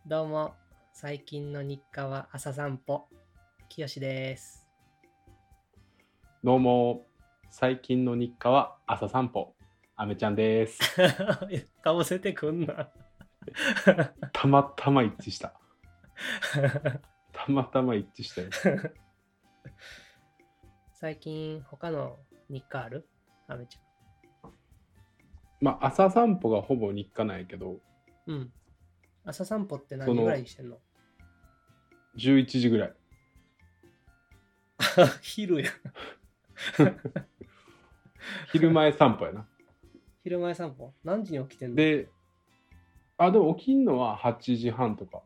どうも、最近の日課は朝散歩、きよしです。 どうも、最近の日課は朝散歩、あめちゃんです。 かぶせてくんな。 たまたま一致した。たまたま一致したよ。 最近他の日課ある？あめちまあ、朝散歩がほぼ日課なんやけど、 ゃん。うん。朝散歩って何そ時ぐらいのにしてんの？ 11時ぐらい。 昼や。 昼前散歩やな。 昼前散歩何時に起きてんの？ で、でも起きんのは8時半とか。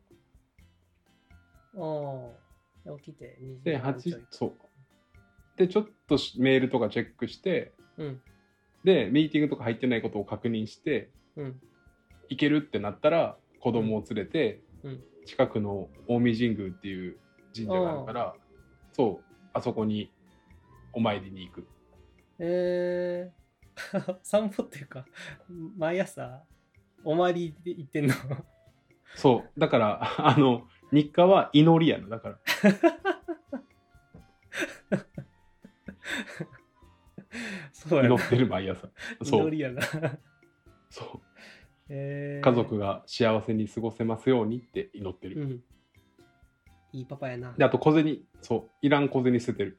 起きて2時で、 半ちょい。 そう。で、ちょっとメールとかチェックして、 うん。 で、ミーティングとか入ってないことを確認して、 うん。 行けるってなったら、子供を連れて、 うん。 近くの近江神宮っていう神社があるから、あそこにお参りに行く。 散歩っていうか、毎朝お参りで行ってんの？ そう。だから、日課は祈りやな。だから。 そうやな。 祈ってる毎朝。そう。 祈りやな。 そう。 家家族が幸せに過ごせますようにって祈ってる。 うん。いいパパやな。 で、あと小銭、そう。いらん小銭捨ててる。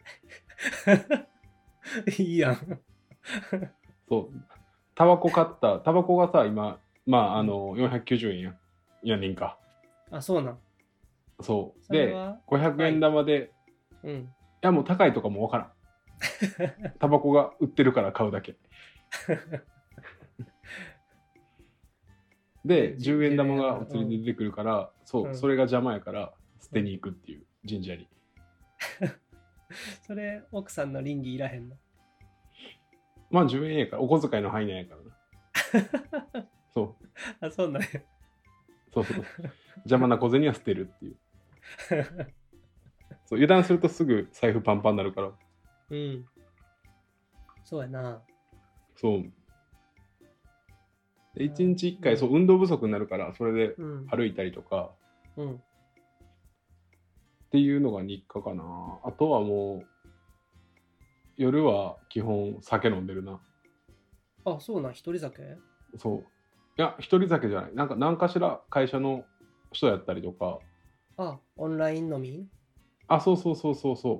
いいやん。 そう。タバコがさ、今、490円やねんか。 あ、そうなん。 そう。で、 それは 500円玉で、 うん。 いやもう高いとかもわからん。タバコが売ってるから買うだけ。で、10円玉がお釣りで出てくるから、そう、それが邪魔やから捨てに行くっていう神社に。 それ、奥さんの倫理いらへんの？ まあ10円やから、お小遣いの範囲内やからな。そう。 あ、そうなんや。 そう。邪魔な小銭は捨てるっていう。そう、油断するとすぐ財布パンパンになるから。 うん。そうやな。 そう。で1日1回、そう、運動不足になるから、それで歩いたりとか、っていうのが日課かな。あとはもう、夜は基本酒飲んでるな。 あ、そうなん、一人酒？ そう。いや、一人酒じゃない。なんか何かしら会社の人やったりとか。 あ、オンライン飲み？ そう。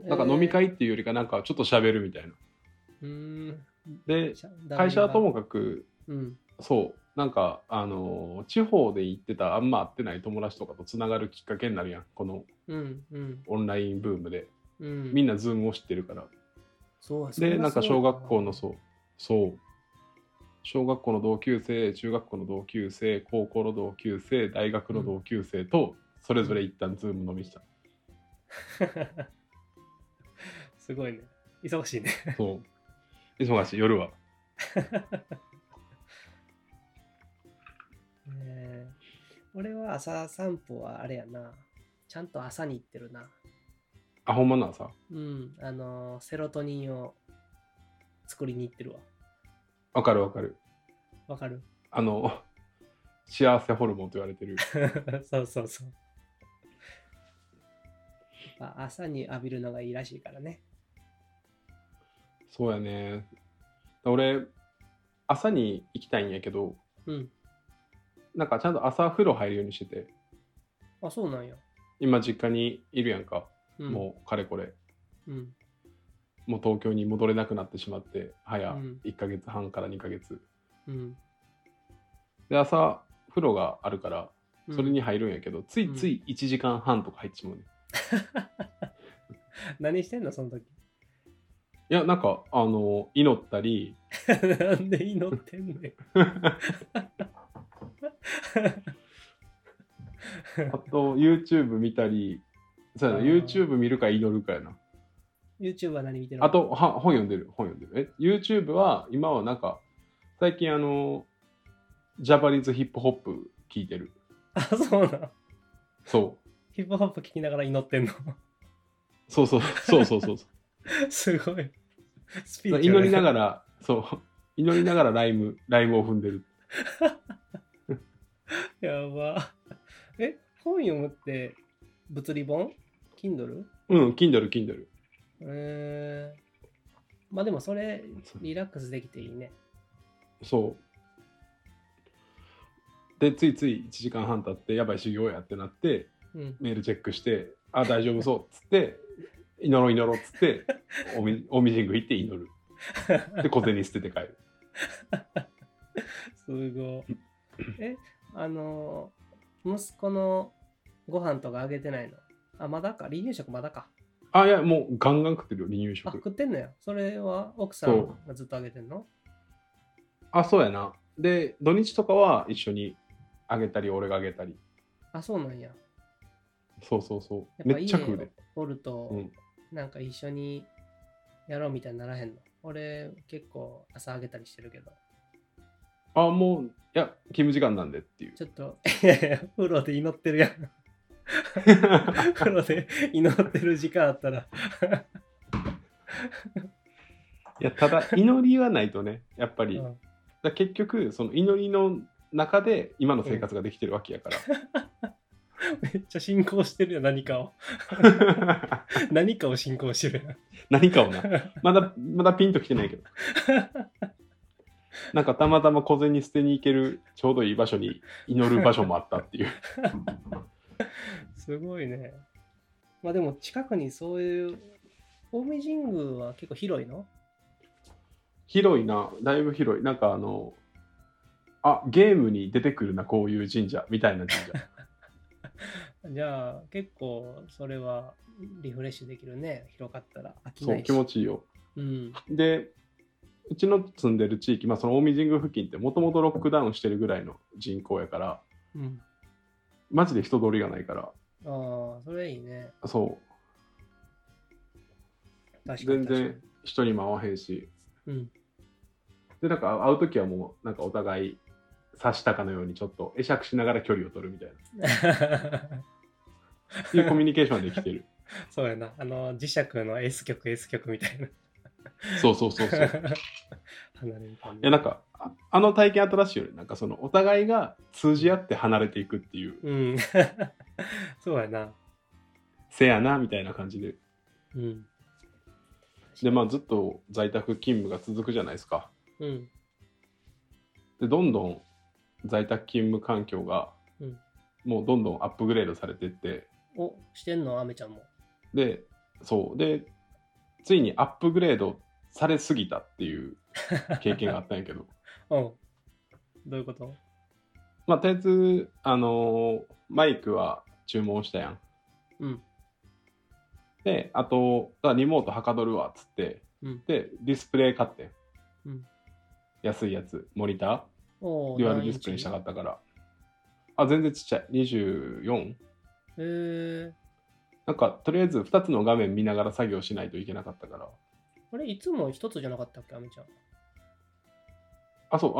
なんか飲み会っていうよりか、なんかちょっと喋るみたいな。で、会社はともかく、そう、なんか、地方で行ってた、あんま会ってない友達とかとつながるきっかけになるやん。この、オンラインブームで。みんなズームを知ってるから。で、なんか小学校の小学校の同級生、中学校の同級生、高校の同級生、大学の同級生と、それぞれ一旦ズーム飲みした。 すごいね。忙しいね。 そう。忙しい、夜は。 俺は朝散歩はあれやな。ちゃんと朝に行ってるな。 あ、ほんまの朝？ うん。セロトニンを作りに行ってるわ。 わかる。 わかる？ 幸せホルモンと言われてる。 そう。朝に浴びるのがいいらしいからね。 そうやね。俺、朝に行きたいんやけど、なんかちゃんと朝風呂入るようにしてて。 あ、そうなんや。 今実家にいるやんか。もうかれこれ。もう東京に戻れなくなってしまって、早1ヶ月半から2ヶ月。で、朝風呂があるから、それに入るんやけど、ついつい1時間半とか入ってしまうね。 何してんのその時？ いや、なんか、祈ったり。 なんで祈ってんねん。 あと、YouTube 見たり、そうやな、YouTube 見るか祈るかやな。 YouTube は何見てるの？ あと、本読んでる。YouTube は、今はなんか、最近ジャパニーズヒップホップ聞いてる。 あ、そうなん。 そう。 ヒップホップ聞きながら祈ってんの？ そう。 すごい。 祈りながら、ライムを踏んでる。 やば。 本読むって物理本 ?Kindle？ うん、Kindle。 まあでもそれリラックスできていいね。 そう。で、ついつい1時間半経ってやばい修行やってなって、メールチェックして、あ、大丈夫そうっつって、祈ろうっつって、近江神宮行って祈る。で、小銭捨てて帰る。 すごい。息子のご飯とかあげてないの？あ、まだか。離乳食まだか。 あ、いや、もうガンガン食ってるよ、離乳食。 あ、食ってんのよ。それは奥さんがずっとあげてんの？ あ、そうやな。で、土日とかは一緒にあげたり、俺があげたり。 あ、そうなんや。 そう。めっちゃ食うで。 おると、なんか一緒にやろうみたいにならへんの？俺、結構朝あげたりしてるけど。 あ、もう、いや、勤務時間なんでっていう。 ちょっと、風呂で祈ってるやん。風呂で祈ってる時間あったら。 いや、ただ、祈りはないとね、やっぱり。だ結局、その祈りの中で今の生活ができてるわけやから。 めっちゃ信仰してるよ、何かを。何かを信仰してるやん。 何かをな。まだピンときてないけど。なんかたまたま小銭捨てに行けるちょうどいい場所に祈る場所もあったっていう。 すごいね。まあでも近くにそういう近江神宮は結構広いの？ 広いな、だいぶ広い。なんかゲームに出てくるな、こういう神社みたいな神社。 じゃあ結構それはリフレッシュできるね。広かったら飽きないし。そう、気持ちいいよ。で、うちの住んでる地域、その近江神宮付近ってもともとロックダウンしてるぐらいの人口やから、マジで人通りがないから。ああ、それいいね。 そう。確かに全然人にも会わへんし。で、なんか会うときはもう、なんかお互い刺したかのようにちょっと会釈しながら距離を取るみたいな。いうコミュニケーションできてる。 そうやな。磁石の S 極みたいな。 そう。いや、なんか、体験新しいよね。なんかその、お互いが通じ合って離れていくっていう。 そうやな。 せやな、みたいな感じで。で、ずっと在宅勤務が続くじゃないですか。で、どんどん在宅勤務環境が、もうどんどんアップグレードされてって。 してんの？アメちゃんも。 で、そう。で、ついにアップグレードされすぎたっていう経験があったんやけど。 どういうこと？ とりあえず、マイクは注文したやん。で、あと、リモートはかどるわっつって、で、ディスプレイ買ってん。安いやつ、モニターデュアルディスプレイしたかったから。あ、全然ちっちゃい。24？なんか、とりあえず2つの画面見ながら作業しないといけなかったから。 あれ、いつも1つじゃなかったっけ、アメちゃん。 あ、そう、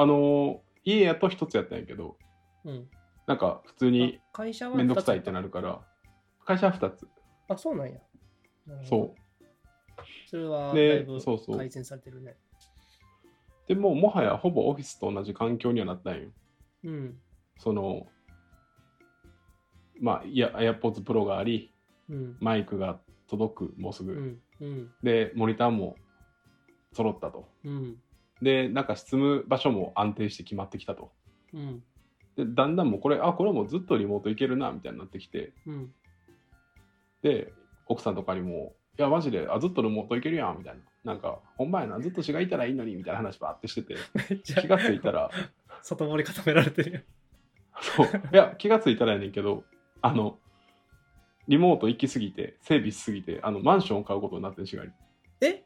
家やと1つやったんやけど、なんか普通にめんどくさいってなるから、会社は2つ。あ、 そうなんや。 そう。 それはだいぶ改善されてるね。 でも、もはやほぼオフィスと同じ環境にはなったんよ。その、AirPods Pro があり、マイクが届く、もうすぐ。で、モニターも揃ったと。で、なんか執務場所も安定して決まってきたと。で、だんだんもうこれもうずっとリモートいけるな、みたいになってきて。で、奥さんとかにも、いや、マジで、ずっとリモートいけるやん、みたいな。なんか、ほんまやな、ずっとしがいたらいいのに、みたいな話ばーってしてて、気がついたら。 外堀固められてるよ。 そう。いや、気がついたらやねんけど、リモート行きすぎて、整備しすぎて、マンションを買うことになってんしがり。 え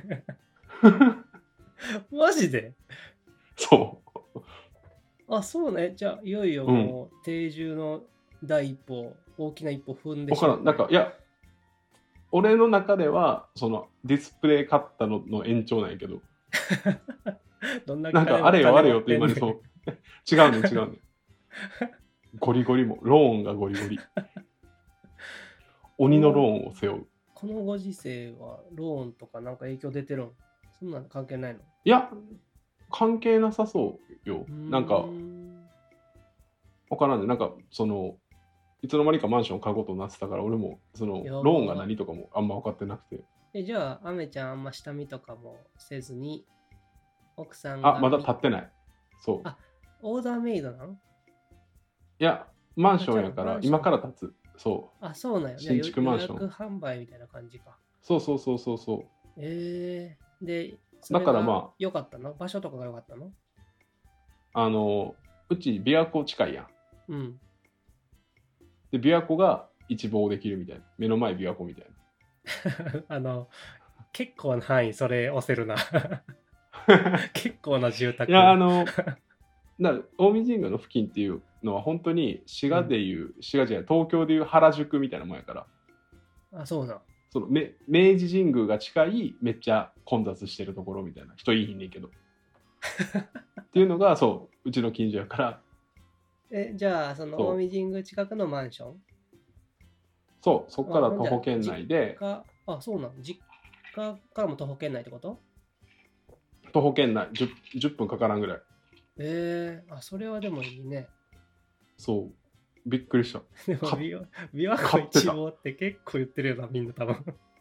マジで？ そう。 あ、そうね。じゃあ、いよいよもう、定住の第一歩、大きな一歩踏んでしまう。 なんか、いや、俺の中では、その、ディスプレイ買ったの延長なんやけど。なんか、あれよって今にそう。違うね。ゴリゴリも、ローンがゴリゴリ。鬼のローンを背負う。 このご時世はローンとかなんか影響出てるん？そんなの関係ないの？ いや、関係なさそうよ。なんか、わからんね。なんか、その、 いつの間にかマンション買うことになってたから、俺もそのローンが何とかもあんま分かってなくて。 じゃあアメちゃんあんま下見とかもせずに奥さんがまだ建ってない。そう。 オーダーメイドなの？ いやマンションやから今から建つ。そう。 そうなんや。 新築マンション。 予約販売みたいな感じか。 そう。 で、 だからまあ良かったの？場所とかが良かったの？ うち琵琶湖近いやん。 うん。 で琵琶湖が一望できるみたいな。目の前琵琶湖みたいな。結構な範囲それ押せるな。結構な住宅。 いや近江神宮の付近っていうのは本当に滋賀でいう、滋賀じゃない東京でいう原宿みたいなもんやから。 そうな。 その明治神宮が近いめっちゃ混雑してるところみたいな。人いいんねんけどっていうのがうちの近所やから。 じゃあその近江神宮近くのマンション？ そこから徒歩圏内で。 そうなの。実家からも徒歩圏内ってこと？ 徒歩圏内 10分かからんぐらい。 それはでもいいね。 そうびっくりした。 でも琵琶湖一望って結構言ってるよなみんな多分。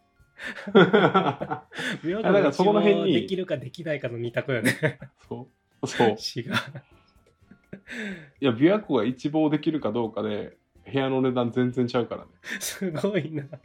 琵琶湖の一望できるかできないかの二択よね。 そう違う。 いや琵琶湖が一望できるかどうかで部屋の値段全然ちゃうからね。 すごいな。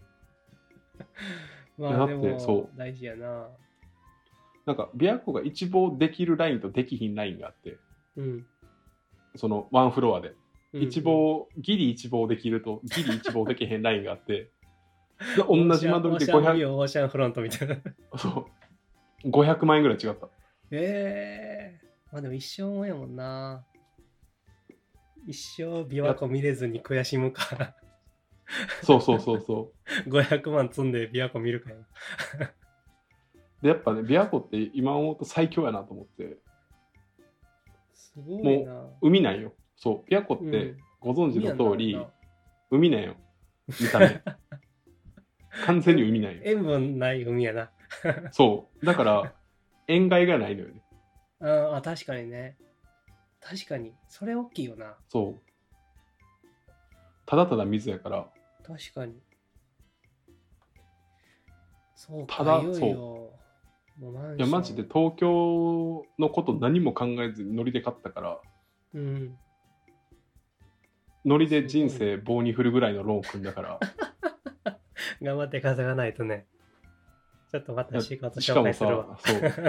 まあでも大事やな。 なんか琵琶湖が一望できるラインとできひんラインがあって、そのワンフロアで一望、ギリ一望できるとギリ一望できへんラインがあって同じ間取りで500 オーシャンフロントみたいな。 そう500万円ぐらい違った。 まあでも一生もんやもんな。一生琵琶湖見れずに悔しむか。 そう 500万積んで琵琶湖見るかよ。 でやっぱね琵琶湖って今思うと最強やなと思って。 すごいな。 もう海なんよ。琵琶湖ってご存知の通り、海なんよ見た目。完全に海なんよ。 塩分ない海やな。 だから塩害がないのよね。 確かにね。確かにそれ大きいよな。 ただただ水やから。 確かに。ただいやマジで東京のこと何も考えずにノリで買ったから、ノリで人生棒に振るぐらいのローン組んだから頑張って稼がないとね。ちょっとまた仕事紹介するわ。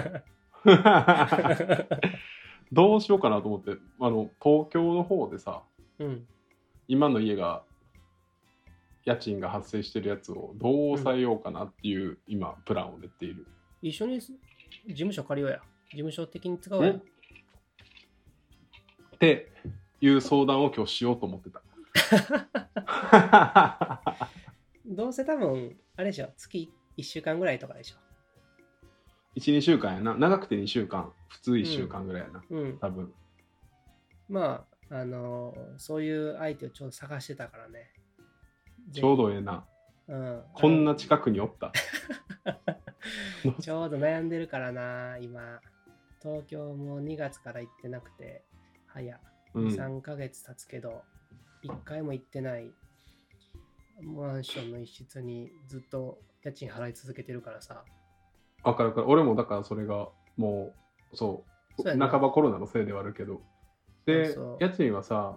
どうしようかなと思って、東京の方でさ、今の家が家賃が発生してるやつをどう抑えようかなっていう、今プランを練っている。 一緒に事務所借りようや。事務所的に使うや。 っていう相談を今日しようと思ってた。 どうせ多分あれでしょ、月1週間ぐらいとかでしょ。 1、2週間やな。長くて2週間、普通1週間ぐらいやな。多分。 まあ、そういう相手をちょうど探してたからね。 ちょうどええな。こんな近くにおった。 ちょうど悩んでるからな、今。東京も2月から行ってなくて、2、3ヶ月経つけど、1回も行ってないマンションの一室にずっと家賃払い続けてるからさ。 わかるかる。俺もだからそれがもう、半ばコロナのせいではあるけど。で、家賃はさ、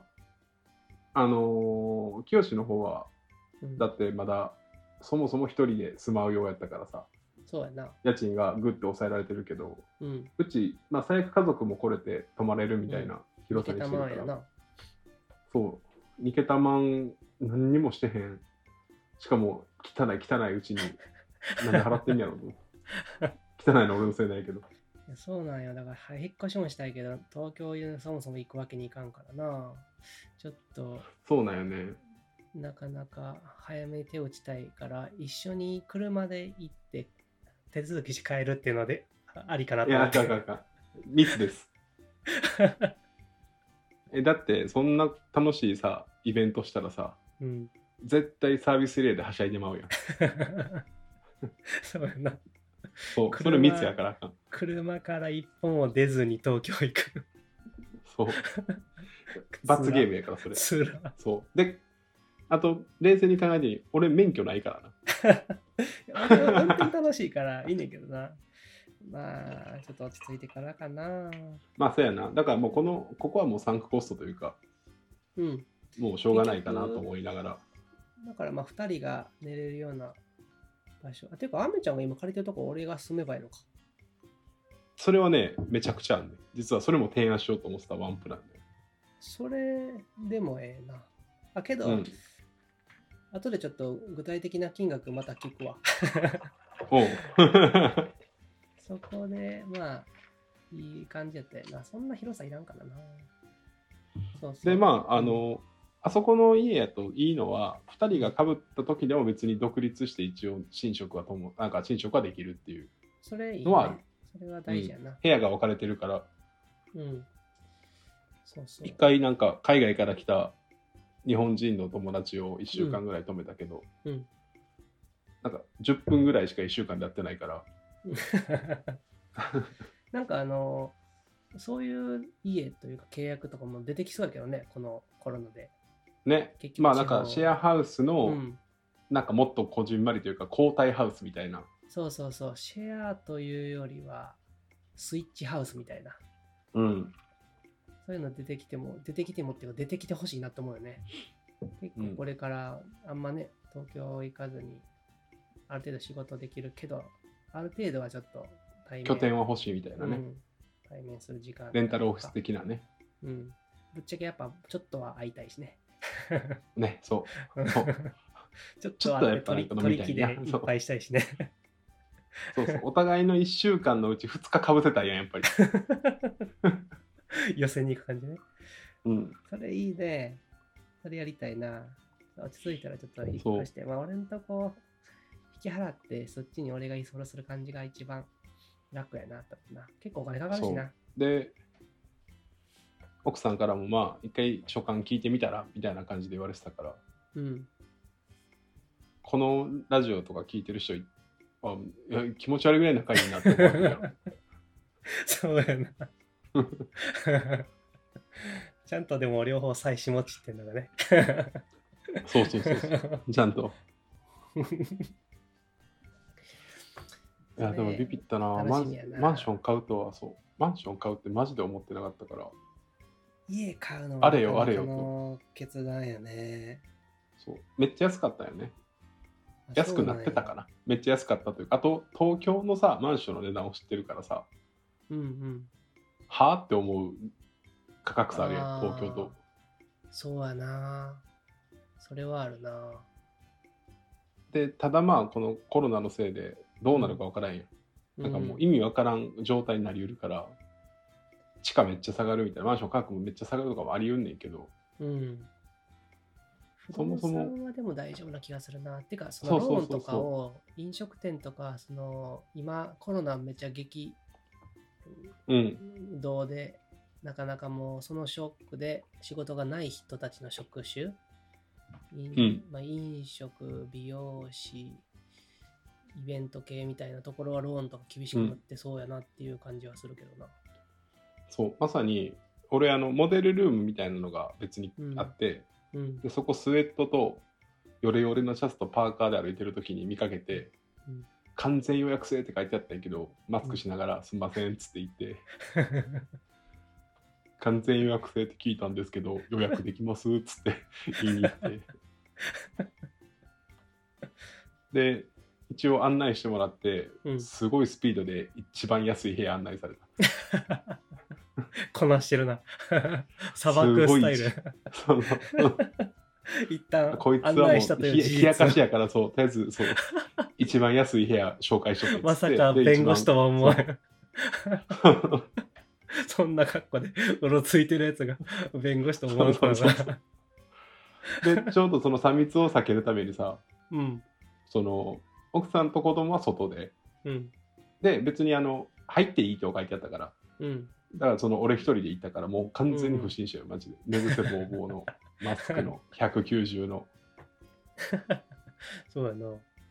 清の方は、だってまだそもそも一人で住まうようやったからさ。 そうやな。 家賃がグッて抑えられてるけど、うち、最悪家族も来れて泊まれるみたいな広さにしてるから。2桁万何にもしてへん。しかも汚いうちに何で払ってんやろうと。汚いの俺のせいないけど。 そうなんよ。だから引っ越しもしたいけど、東京にそもそも行くわけにいかんからな。ちょっと。 そうなんよね。 なかなか早めに手を打ちたいから、一緒に車で行って手続きし変えるっていうのでありかなと思って。 いや、密です。だってそんな楽しいさイベントしたらさ、絶対サービスエリアではしゃいでまうやん。 そうやな。 それ密やからあかん。 車から一本を出ずに東京行く。 罰ゲームやからそれ。であと冷静に考えて俺免許ないからな。運転楽しいからいいねんけどな。まあちょっと落ち着いてからかな。 まあそうやな。だからもうここはもうサンクコストというか、 うん、 もうしょうがないかなと思いながら。 だからまあ2人が寝れるような場所。ていうか、アメちゃんが今借りてるとこ俺が住めばいいのか。 それはね、めちゃくちゃあるね。実はそれも提案しようと思ってたワンプランで。 それでもええな。けど、後でちょっと具体的な金額また聞くわ。 おうそこで、まあ、いい感じやったよな。そんな広さいらんからな。そうそう。 で、まあ、あそこの家やといいのは、2人が被った時でも別に独立して一応寝食はできるっていうのはある。 それは大事やな。 部屋が分かれてるから。 うん。そうそう。 一回なんか海外から来た日本人の友達を1週間ぐらい泊めたけど、なんか10分ぐらいしか1週間でやってないから。 なんかそういう家というか契約とかも出てきそうだけどね、このコロナで。 ね、まあなんかシェアハウスの、なんかもっとこじんまりというか交代ハウスみたいな。 そうそうそう、シェアというよりはスイッチハウスみたいな。そういうの出てきてもっていうか出てきてほしいなと思うよね。結構これからあんまね、東京行かずにある程度仕事できるけど、ある程度はちょっと拠点は欲しいみたいなね。 対面する時間。 レンタルオフィス的なね。 ぶっちゃけやっぱちょっとは会いたいしね。 ね、そう。 ちょっとはやっぱり取り木でいっぱいしたいしね。 そうそう。お互いの1週間のうち2日かぶせたいやん、やっぱり。 寄せに行く感じね。それいいね。それやりたいな。落ち着いたらちょっと引っ越して。まあ俺のとこ引き払ってそっちに俺が居候する感じが一番楽やなと思うな。結構お金かかるしな。 で、奥さんからもまあ一回書簡聞いてみたらみたいな感じで言われてたから、このラジオとか聞いてる人気持ち悪いぐらい仲いいなって思うよ。 そうやな。ちゃんとでも両方妻子持ちっていうのがね。 そうちゃんと。いやでもビビったな。マンション買うとはマンション買うってマジで思ってなかったから。 家買うのはあれよと決断やね。 そうめっちゃ安かったよね。安くなってたかな。めっちゃ安かったというか、あと東京のさマンションの値段を知ってるからさ、はぁって思う価格差あるやん、東京と。 そうやな。それはあるな。 でただまあこのコロナのせいでどうなるか分からんやん。なんかもう意味分からん状態になりうるから、地価めっちゃ下がるみたいな、マンション価格もめっちゃ下がるとかもありうんねんけど、 そもそもはでも大丈夫な気がするな。てかそのローンとかを飲食店とかその今コロナめっちゃ激動で、なかなかもうそのショックで仕事がない人たちの職種、飲食、美容師、イベント系みたいなところはローンとか厳しくなってそうやなっていう感じはするけどな。 そうまさに俺モデルルームみたいなのが別にあって、でそこスウェットとヨレヨレのシャツとパーカーで歩いてる時に見かけて、完全予約制って書いてあったんやけど、マスクしながらすんませんっつって言って完全予約制って聞いたんですけど予約できますっつって言いに行ってで一応案内してもらって、すごいスピードで一番安い部屋案内された。 こなしてるな。砂漠スタイル。一旦こいつはもう冷やかしやからとりあえず一番安い部屋紹介しとけっつって。 まさか弁護士とは思わないそんな格好でうろついてるやつが弁護士と思わないでちょうどその3密を避けるためにさ、その奥さんと子供は外で、で別に入っていいって書いてあったから、だからその俺一人で行ったからもう完全に不審者よ、マジで。寝癖ボーボーのマスクの190のそうやな。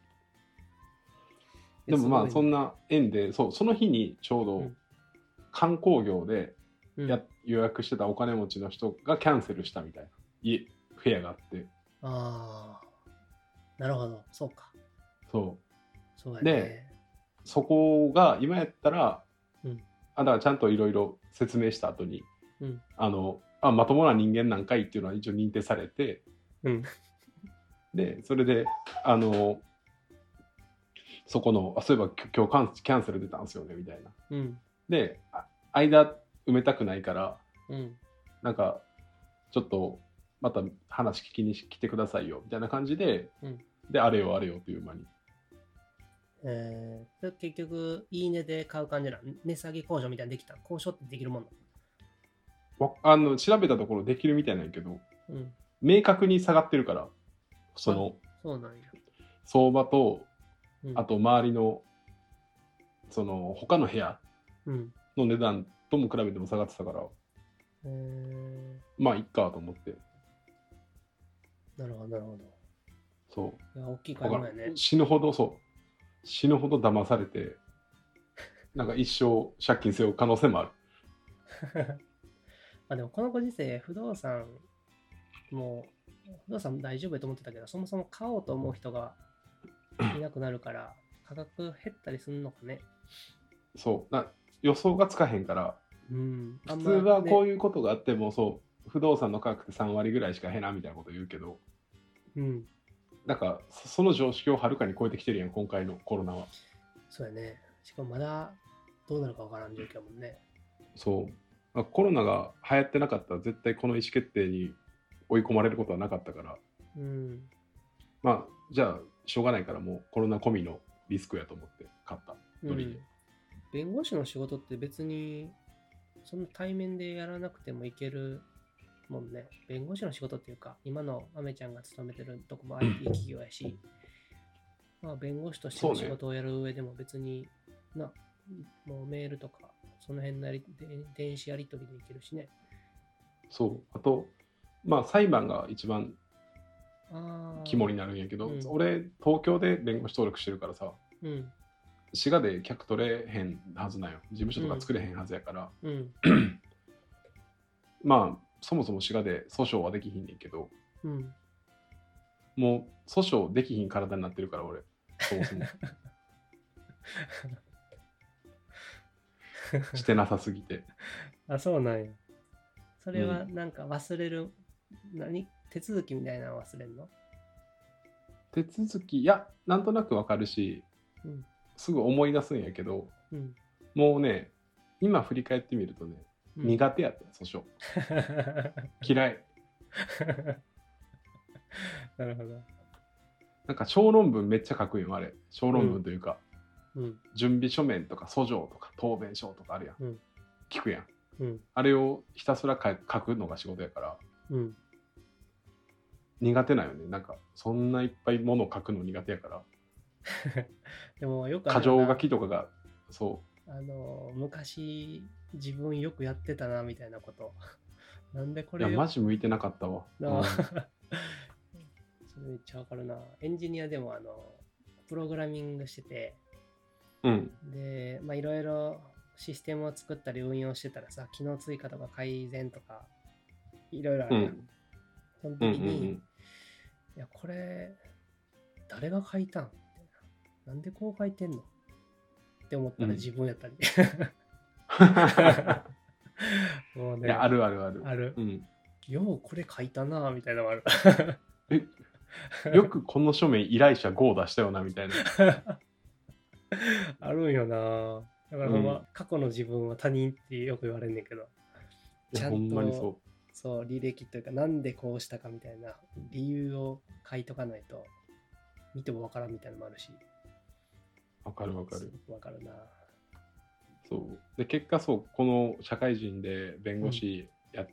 でもまあそんな縁でその日にちょうど観光業で予約してたお金持ちの人がキャンセルしたみたいな部屋があって、 ああ、なるほど、そうか。 そうやね。 で、そこが今やったら、 うん、 だからちゃんといろいろ説明した後に、 うん、 まともな人間なんかいっていうのは一応認定されて、 うん、 でそれでそこのそういえば今日キャンセル出たんですよねみたいな、 うん、 で間埋めたくないから、 うん、 なんかちょっとまた話聞きに来てくださいよみたいな感じで、 うん、 であれよあれよという間に。 結局、いいねで買う感じなの？値下げ交渉みたいにできた？交渉ってできるもんなの？調べたところできるみたいなんやけど、 うん、 明確に下がってるから、 そうなんや。 相場と、 うん、 あと周りのその他の部屋の値段とも比べても下がってたから、まあいっかと思って。 なるほど、なるほど。 そう。 いや、大きい買い物やね。 死ぬほど騙されて、なんか一生借金背負う可能性もある。 まあでもこのご時世、不動産大丈夫やと思ってたけど、そもそも買おうと思う人がいなくなるから、価格減ったりするのかね。 そう予想がつかへんから、普通はこういうことがあっても、そう不動産の価格って3割ぐらいしか減らんみたいなこと言うけど、なんかその常識をはるかに超えてきてるやん、今回のコロナは。 そうやね。しかもまだどうなるかわからん状況もんね。 そう。コロナが流行ってなかったら絶対この意思決定に追い込まれることはなかったから、まあじゃあしょうがないから、もうコロナ込みのリスクやと思って買ったノリで。 弁護士の仕事って別にそんな対面でやらなくてもいけるもんね。弁護士の仕事っていうか、今のアメちゃんが勤めてるとこも IT 企業やし、まあ弁護士としての仕事をやる上でも別にもうメールとかその辺の電子やり取りでいけるしね。 そう。あと、まあ裁判が一番肝になるんやけど、俺東京で弁護士登録してるからさ、滋賀で客取れへんはずなんよ。事務所とか作れへんはずやから、まあそもそも滋賀で訴訟はできひんねんけど、もう訴訟できひん体になってるから俺、そもそもしてなさすぎて。 あ、そうなんや。それはなんか忘れる、手続きみたいなの忘れるの？ 手続き、いや、なんとなくわかるし、すぐ思い出すんやけど、もうね、今振り返ってみるとね、苦手やった、訴訟。嫌い。 なるほど。 なんか小論文めっちゃ書くよ、あれ。小論文というか、準備書面とか訴状とか答弁書とかあるやん。聞くやん。あれをひたすら書くのが仕事やから、苦手なんよね。なんかそんないっぱいもの書くの苦手やから。 でもよく箇条書きとかが、 昔自分よくやってたなみたいなこと。なんでこれ。 いやマジ向いてなかったわ。 それめっちゃわかるな。エンジニアでもプログラミングしてて、でまあいろいろシステムを作ったり運用してたらさ、機能追加とか改善とかいろいろあるやん。その時に、いやこれ誰が書いたんみたいな。なんでこう書いてんのって思ったら自分やったり。もうね、 いやあるあるある。 ある。ようこれ書いたなみたいなのがある。 よくこの書面依頼者5出したよなみたいな。 あるんよな。だから過去の自分は他人ってよく言われんねんけど、ちゃんとそう履歴というか、なんでこうしたかみたいな理由を書いとかないと見てもわからんみたいなのもあるし。 わかるわかる。 わかるな。 そうで結果この社会人で弁護士やって、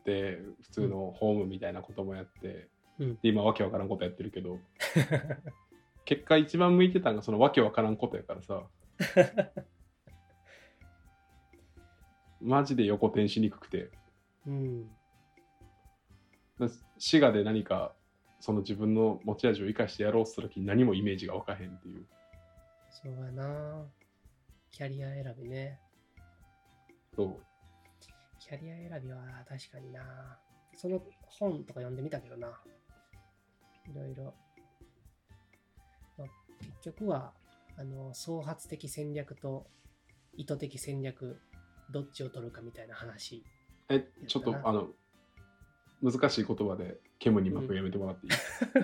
普通の法務みたいなこともやって、で今わけわからんことやってるけど結果一番向いてたのがそのわけわからんことやからさマジで横転しにくくて、滋賀で何かその自分の持ち味を生かしてやろうとした時に何もイメージがわかへんっていう。 そうやな。キャリア選びね。キャリア選びは確かにな。その本とか読んでみたけどな。 いろいろ、まあ、結局は創発的戦略と意図的戦略どっちを取るかみたいな話。 ちょっと難しい言葉で煙に巻くやめてもらっていい？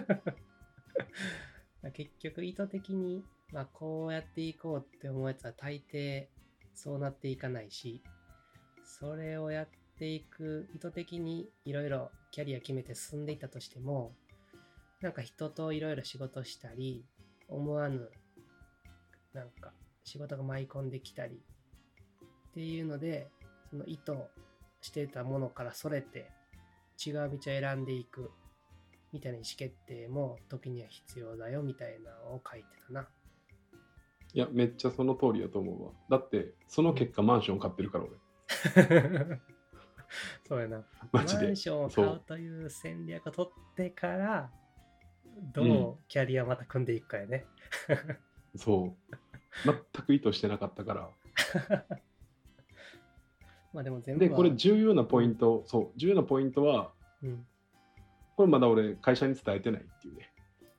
結局意図的に、まあ、こうやっていこうって思うやつは大抵そうなっていかないし、それをやっていく意図的にいろいろキャリア決めて進んでいったとしても、なんか人といろいろ仕事したり、思わぬなんか仕事が舞い込んできたりっていうので、その意図してたものからそれて違う道を選んでいくみたいな意思決定も時には必要だよみたいなのを書いてたな。 いや、めっちゃその通りだと思うわ。だってその結果マンション買ってるから俺。 そうやな。 マジでマンションを買うという戦略を取ってからどうキャリアまた組んでいくかやね。 そう全く意図してなかったからまあでも全部でこれ重要なポイント、そう重要なポイントは、これまだ俺会社に伝えてないっていうね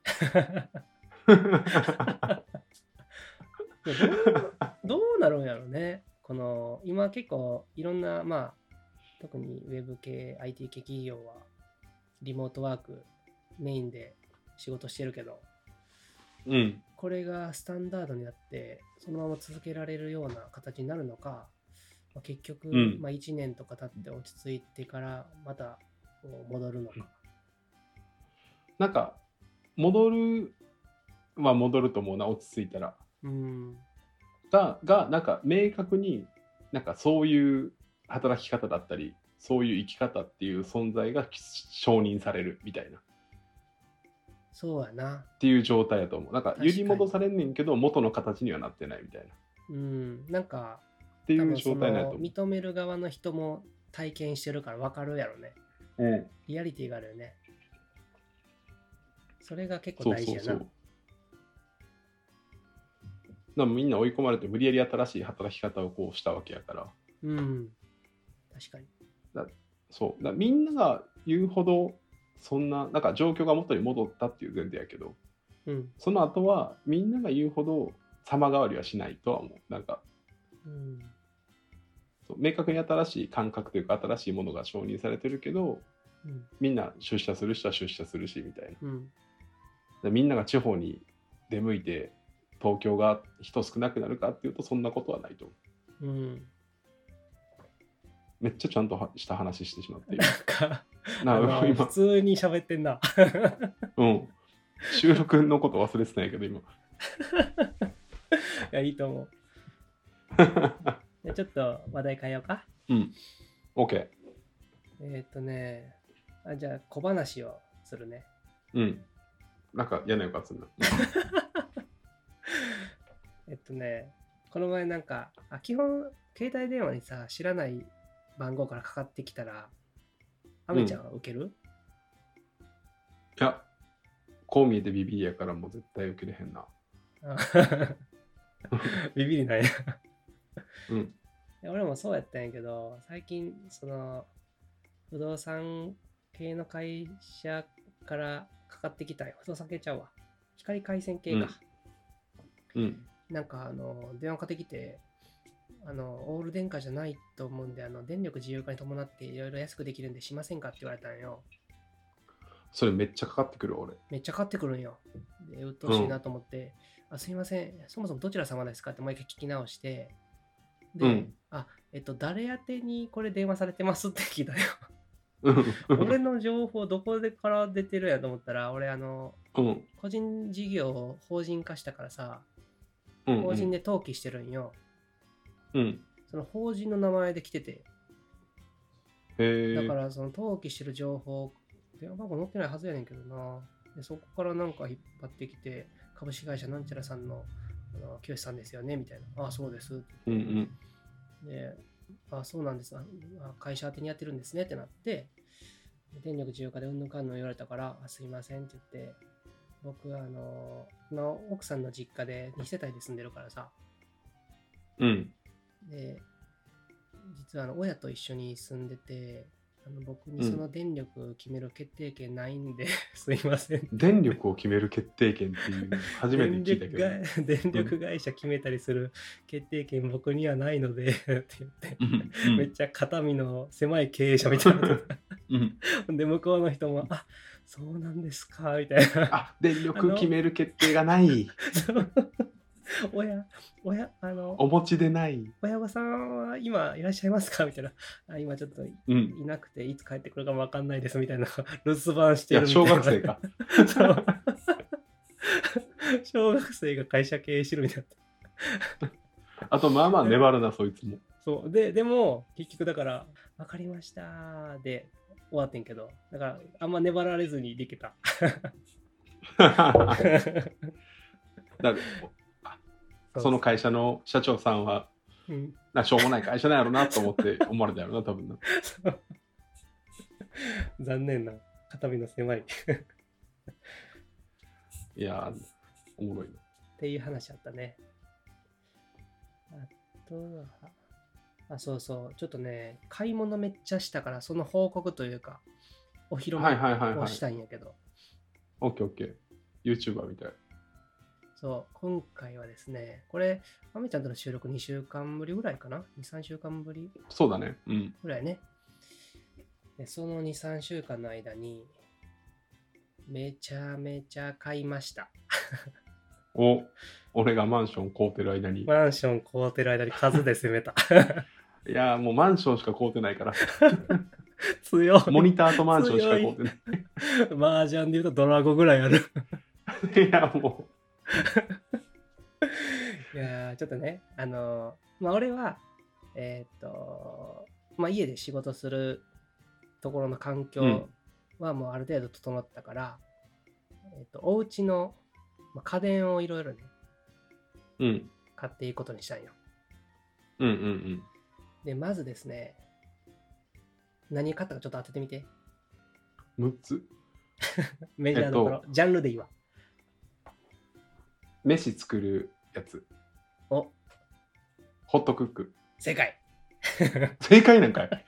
どうなるんやろうね。この今結構いろんな、まあ特にウェブ系 IT 系企業はリモートワークメインで仕事してるけど、これがスタンダードになってそのまま続けられるような形になるのか、まあ、結局、まあ、1年とか経って落ち着いてからまた戻るのか、 なんか戻るは戻ると思うな、落ち着いたら。がなんか明確になんかそういう働き方だったりそういう生き方っていう存在が承認されるみたいな。 そうやなっていう状態だと思う。なんか揺り戻されんねんけど元の形にはなってないみたいな。 なんかっていう状態だと思う。 認める側の人も体験してるから分かるやろね。リアリティがあるよね。それが結構大事やな。そうみんな追い込まれて無理やり新しい働き方をこうしたわけやから。 確かに。 そうだみんなが言うほどそんな、なんか状況が元に戻ったっていう前提やけど、その後はみんなが言うほど様変わりはしないとは思う。なんか、そう明確に新しい感覚というか新しいものが承認されてるけど、みんな出社する人は出社するしみたいな、みんなが地方に出向いて東京が人少なくなるかっていうとそんなことはないと思う。めっちゃちゃんとした話してしまっている。 今普通に喋ってんな。 収録のこと忘れてたんやけど今。いやいいと思う。ちょっと話題変えようか。 OK。 じゃあ小話をするね。 なんか嫌な予感するな。 この前なんか基本携帯電話にさ知らない番号からかかってきたらアメちゃんは受ける？ いやこう見えてビビりやからもう絶対受けれへんな。 ビビりないや。俺もそうやったんやけど最近その不動産系の会社からかかってきたよ。不動産系ちゃうわ。光回線系か。なんか電話かかってきてオール電化じゃないと思うんで電力自由化に伴っていろいろ安くできるんでしませんかって言われたんよ。 それめっちゃかかってくる俺。 めっちゃかかってくるんよ。で鬱陶しいなと思って、すいませんそもそもどちら様ですかってもう一回聞き直してで、誰宛てにこれ電話されてますって聞いたよ。俺の情報どこでから出てるやと思ったら俺個人事業を法人化したからさ、法人で登記してるんよ。その法人の名前で来てて、だからその登記してる情報電話番号載ってないはずやねんけどな。でそこからなんか引っ張ってきて株式会社なんちゃらさんの清さんですよねみたいな。そうですって言って、でそうなんです。会社宛てにやってるんですねってなって電力自由化でうんぬんかんぬん言われたからすいませんって言って僕今奥さんの実家で2世帯で住んでるからさ、で実は親と一緒に住んでて僕にその電力を決める決定権ないんで、すいません。 電力を決める決定権っていうの初めて聞いたけど。 電力会社決めたりする決定権僕にはないのでって言って、めっちゃ肩身の狭い経営者みたいな。で、向こうの人も、あ、そうなんですかみたいな。 あ、電力決める決定がない。 お持ちでない。 親御さんは今いらっしゃいますかみたいな。今ちょっといなくていつ帰ってくるかもわかんないですみたいな。留守番してるみたいな。 小学生か。 小学生が会社経営してるみたいな。 あとまあまあ粘るな、そいつも。 そうでも結局だから分かりましたで終わってんけど、だからあんま粘られずにできた。 その会社の社長さんは、しょうもない会社なんやろなと思って思われたやろな、多分な。 残念な、肩身の狭い。 いやおもろいな。 っていう話あったね。あとは、そうそう、ちょっとね、買い物めっちゃしたから、その報告というか、お披露目をしたいんやけど。 オッケーオッケー。YouTuber みたい。 そう、今回はですね、これ、まめちゃんとの収録2週間ぶりぐらいかな ?2、3週間ぶりそうだね。 ぐらいね。で、その2、3週間の間に、めちゃめちゃ買いました。 俺がマンション買うてる間に。 マンション買うてる間に数で攻めた。 いやもうマンションしか買うてないから。 強い。 モニターとマンションしか買うてない。 マージャンで言うとドラゴぐらいある。 いやもう。 いやちょっとね、俺は、家で仕事するところの環境はもうある程度整ったから、お家の家電をいろいろね、買っていくことにしたんよ。で、まずですね、何買ったかちょっと当ててみて。 6つ。 メジャーどころ、ジャンルでいいわ。 飯作るやつ。 ホットクック。 正解。 正解なんかい。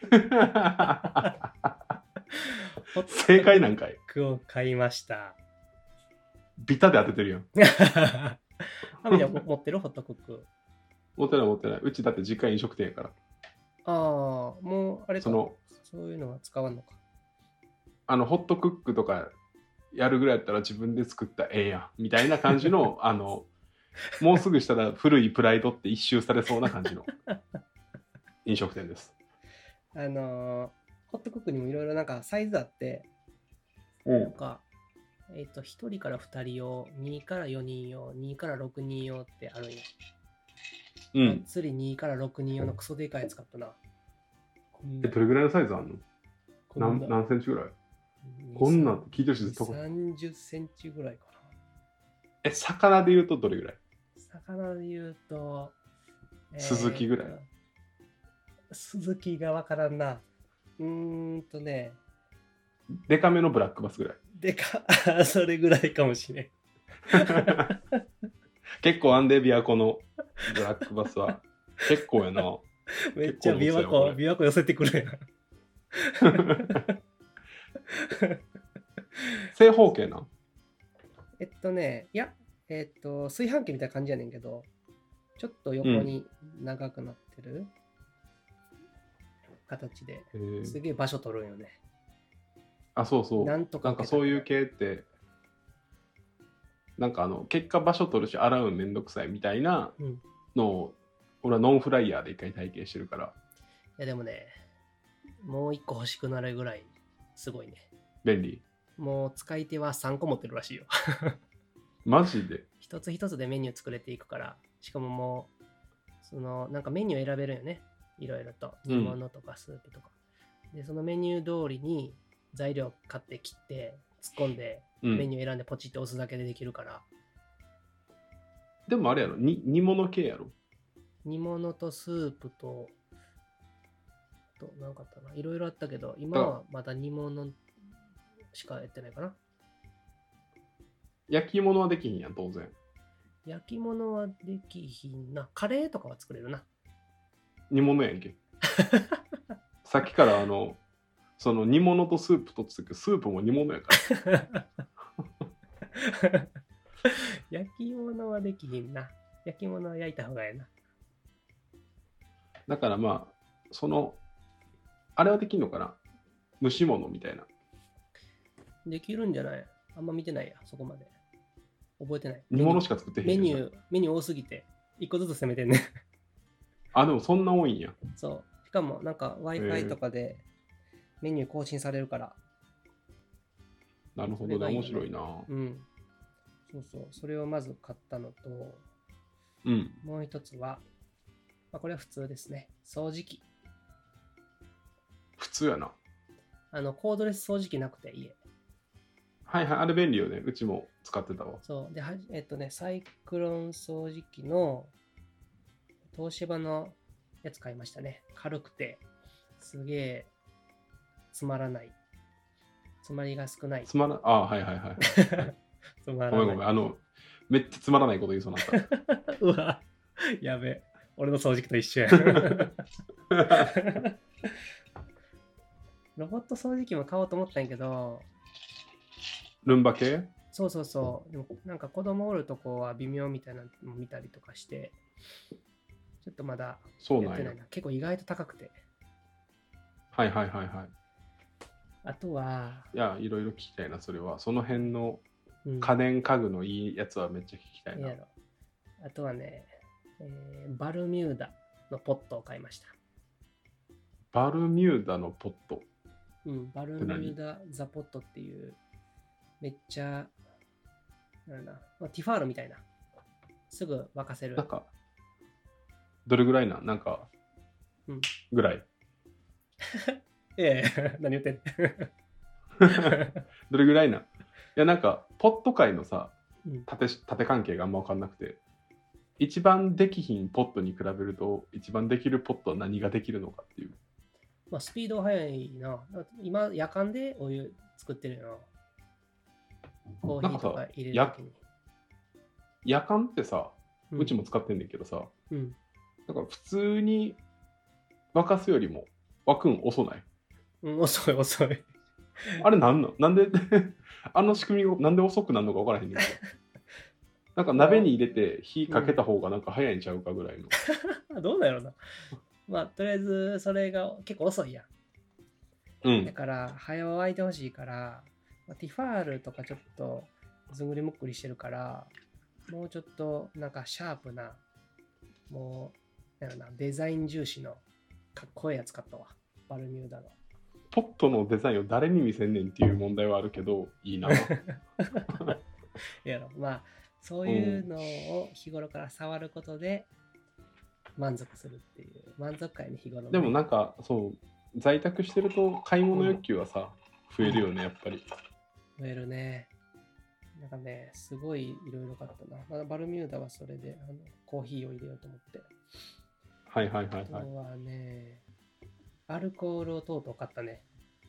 正解なんかい。 クを買いました。 ビタで当ててるやん。 あみちゃん持ってるホットクック。 持ってない。うちだって実家飲食店やから。 ああ、もうあれか。そういうのは使わんのか。 ホットクックとかやるぐらいやったら自分で作ったらええやんみたいな感じのもうすぐしたら古いプライドって一周されそうな感じの飲食店です。 ホットクックにもいろいろなんかサイズあって、なんか1人から2人用、2から4人用、2から6人用ってあるんや。釣り2から6人用のクソでかいやつ買ったな。 どれぐらいのサイズあんの？何センチぐらい？こんなん聞いてるしずっと。 30センチぐらいかな。魚で言うとどれぐらい？ 魚で言うと、 鈴木ぐらい？ 鈴木がわからんな。ね。 デカめのブラックバスぐらい。 それぐらいかもしれん。 結構アンデビアコのブラックバスは結構やな。 めっちゃ琵琶湖寄せてくるやん。 正方形な。 いや、炊飯器みたいな感じやねんけど、ちょっと横に長くなってる形で、すげえ場所取るんよね。 あ、そうそう。なんかそういう系って、なんか結果場所取るし洗うのめんどくさいみたいなのを、俺はノンフライヤーで一回体験してるから。 いやでもね、もう一個欲しくなるぐらいすごいね。 便利。 もう使い手は3個持ってるらしいよ。 マジで？ 一つ一つでメニュー作れていくから、しかももうなんかメニュー選べるよね。いろいろと煮物とかスープとか、でそのメニュー通りに材料買って切って突っ込んで、メニュー選んでポチって押すだけでできるから。 でもあれやろ、煮物系やろ。 煮物とスープとなんかあったな、いろいろあったけど、今はまだ煮物しかやってないかな。 焼き物はできひんやん、当然。 焼き物はできひんな。カレーとかは作れるな。 煮物やんけ。さっきからその煮物とスープとつくスープも煮物やから焼き物はできひんな。焼き物は焼いた方がええな。 だからまあそのあれはできんのかな、蒸し物みたいな。 できるんじゃない？あんま見てないや、そこまで。覚えてない。 煮物しか作ってへんメニュー多すぎて、一個ずつ攻めてんね。 あ、でもそんな多いんや。 そう。しかもなんか Wi-Fi とかでメニュー更新されるから。 なるほどね、面白いな。 うん。そうそう。それをまず買ったのと、 うん。 もう一つは、まあ、これは普通ですね。掃除機。 普通やな。 コードレス掃除機なくて家。 はいはい、あれ便利よね。うちも使ってたわ。 そう。で、サイクロン掃除機の東芝のやつ買いましたね。軽くて、すげえつまらない。つまりが少ない。 はいはいはい。 つまらない。 ごめんごめん。めっちゃつまらないこと言いそうになった。 うわ、やべ。俺の掃除機と一緒や。ロボット掃除機も買おうと思ったんやけど、 ルンバ系？ そうそうそう。でもなんか子供おるとこは微妙みたいなの見たりとかして、ちょっとまだやってないな。結構意外と高くて。 はいはいはいはい。 あとは、 いや、いろいろ聞きたいな、それは。その辺の家電家具のいいやつはめっちゃ聞きたいな。 あとはね、バルミューダのポットを買いました。 バルミューダのポット？ うん、バルミューダザポットっていう、めっちゃ、なんだ、ティファールみたいな。すぐ沸かせる。 なんか、どれぐらいなんか、ぐらい。 何言ってんのどれぐらいいや、なんか、ポット界のさ、縦関係があんま分かんなくて、一番できひんポットに比べると、一番できるポットは何ができるのかっていう。 まあ、スピード速いな。今、夜間でお湯作ってるよな。コーヒーとか入れるときに。 夜間ってさ、うちも使ってんねんけどさ、だから普通に沸かすよりも沸くん遅ない？ 遅い。 あれなんであの仕組みなんで遅くなるのか分からへんねんけど。なんか鍋に入れて火かけた方がなんか早いんちゃうかぐらいの。どうだろうな。まあ、とりあえずそれが結構遅いやん。だから、早沸いてほしいから、ティファールとかちょっとずんぐりむっくりしてるから、もうちょっとなんかシャープな、もう、なんやろな、デザイン重視のかっこいいやつ買ったわ。バルミューダの。 ポットのデザインを誰に見せんねんっていう問題はあるけど、いいな。いやろ、まあ、そういうのを日頃から触ることで満足するっていう、満足感に日頃、ね。 でもなんか、そう、在宅してると買い物欲求はさ、増えるよね、やっぱり。 増えるね。なんかね、すごいいろいろ買ったな。まだバルミューダはそれでコーヒーを入れようと思って。 はいはいはいはい。 あとはね、アルコールをとうとう買ったね。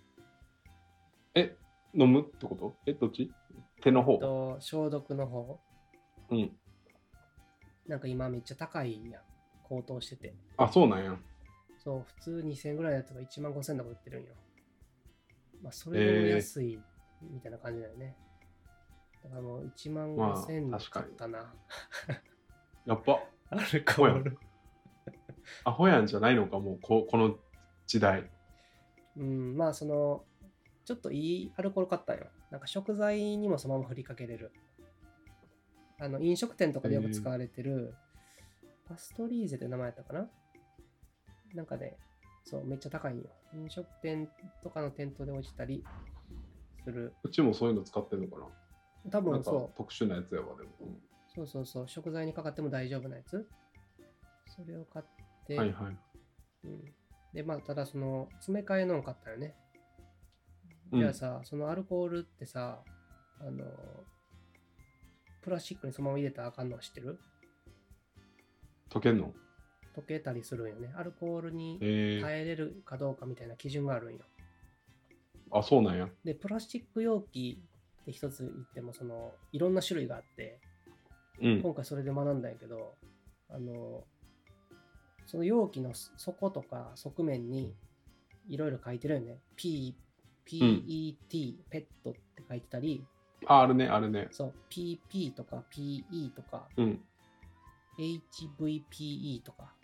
飲むってこと？どっち？手の方？ 消毒の方。 うん。 なんか今めっちゃ高いやん。高騰してて。 あ、そうなんや。 そう、普通2000円ぐらいのやつが1万5000円とか売ってるんよ。まあ、それでも安いみたいな感じだよね。だからもう1万5000円買ったな。 やっぱ。 アルコール。 アホやんじゃないのか、もうこの時代。 まあちょっといいアルコール買ったんよ。なんか食材にもそのまま振りかけれる。飲食店とかでよく使われてる、パストリーゼって名前やったかな？なんかね、そう、めっちゃ高いんよ。飲食店とかの店頭で落ちたりする。 うちもそういうの使ってるのかな？ 多分そう。 特殊なやつやわ、でも。そう。食材にかかっても大丈夫なやつ。それを買って。 はいはい。 で、まあ、ただ詰め替えのを買ったよね。じゃあさ、そのアルコールってさ、プラスチックにそのまま入れたらあかんのは知ってる？ 溶けんの？ 溶けたりするんよね。アルコールに耐えれるかどうかみたいな基準があるんよ。 あ、そうなんや。 で、プラスチック容器って一つ言っても、いろんな種類があって、今回それで学んだんやけど、その容器の底とか側面にいろいろ書いてるよね。PET、ペットって書いてたり、 あるね、あるね。 そう、PP とか PE とか、HVPE とか。